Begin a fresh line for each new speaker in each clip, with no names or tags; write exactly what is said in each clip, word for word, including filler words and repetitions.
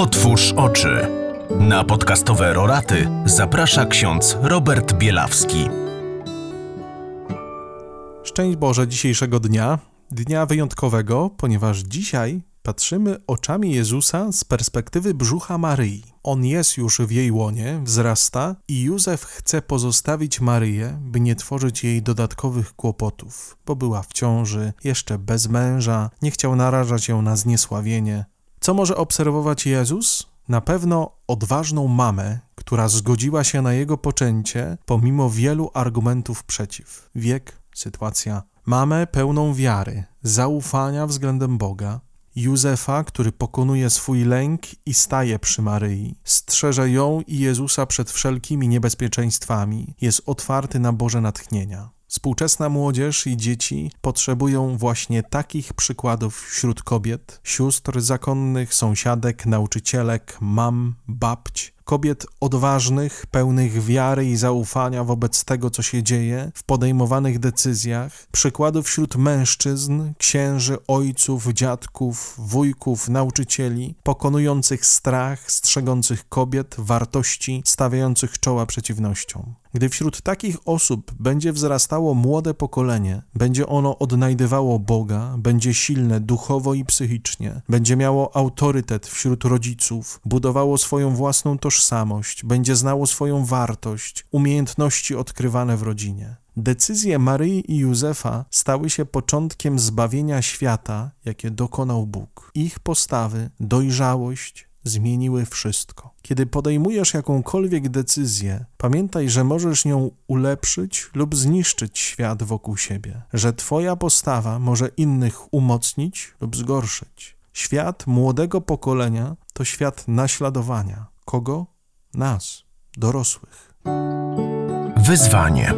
Otwórz oczy. Na podcastowe roraty zaprasza ksiądz Robert Bielawski.
Szczęść Boże dzisiejszego dnia, dnia wyjątkowego, ponieważ dzisiaj patrzymy oczami Jezusa z perspektywy brzucha Maryi. On jest już w jej łonie, wzrasta i Józef chce pozostawić Maryję, by nie tworzyć jej dodatkowych kłopotów, bo była w ciąży, jeszcze bez męża, nie chciał narażać ją na zniesławienie. Co może obserwować Jezus? Na pewno odważną mamę, która zgodziła się na jego poczęcie pomimo wielu argumentów przeciw. Wiek, sytuacja. Mamę pełną wiary, zaufania względem Boga. Józefa, który pokonuje swój lęk i staje przy Maryi. Strzeże ją i Jezusa przed wszelkimi niebezpieczeństwami. Jest otwarty na Boże natchnienia. Współczesna młodzież i dzieci potrzebują właśnie takich przykładów wśród kobiet, sióstr zakonnych, sąsiadek, nauczycielek, mam, babć, kobiet odważnych, pełnych wiary i zaufania wobec tego, co się dzieje w podejmowanych decyzjach, przykładów wśród mężczyzn, księży, ojców, dziadków, wujków, nauczycieli, pokonujących strach, strzegących kobiet, wartości, stawiających czoła przeciwnościom. Gdy wśród takich osób będzie wzrastało młode pokolenie, będzie ono odnajdywało Boga, będzie silne duchowo i psychicznie, będzie miało autorytet wśród rodziców, budowało swoją własną tożsamość, będzie znało swoją wartość, umiejętności odkrywane w rodzinie. Decyzje Maryi i Józefa stały się początkiem zbawienia świata, jakie dokonał Bóg. Ich postawy, dojrzałość zmieniły wszystko. Kiedy podejmujesz jakąkolwiek decyzję, pamiętaj, że możesz nią ulepszyć lub zniszczyć świat wokół siebie, że twoja postawa może innych umocnić lub zgorszyć. Świat młodego pokolenia to świat naśladowania. Kogo? Nas, dorosłych.
Wyzwanie.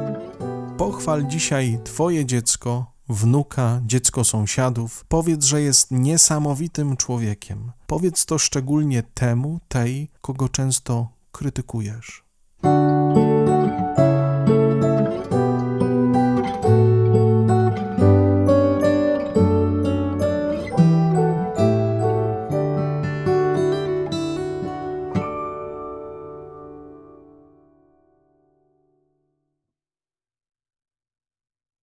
Pochwal dzisiaj twoje dziecko, wnuka, dziecko sąsiadów. Powiedz, że jest niesamowitym człowiekiem. Powiedz to szczególnie temu, tej, kogo często krytykujesz.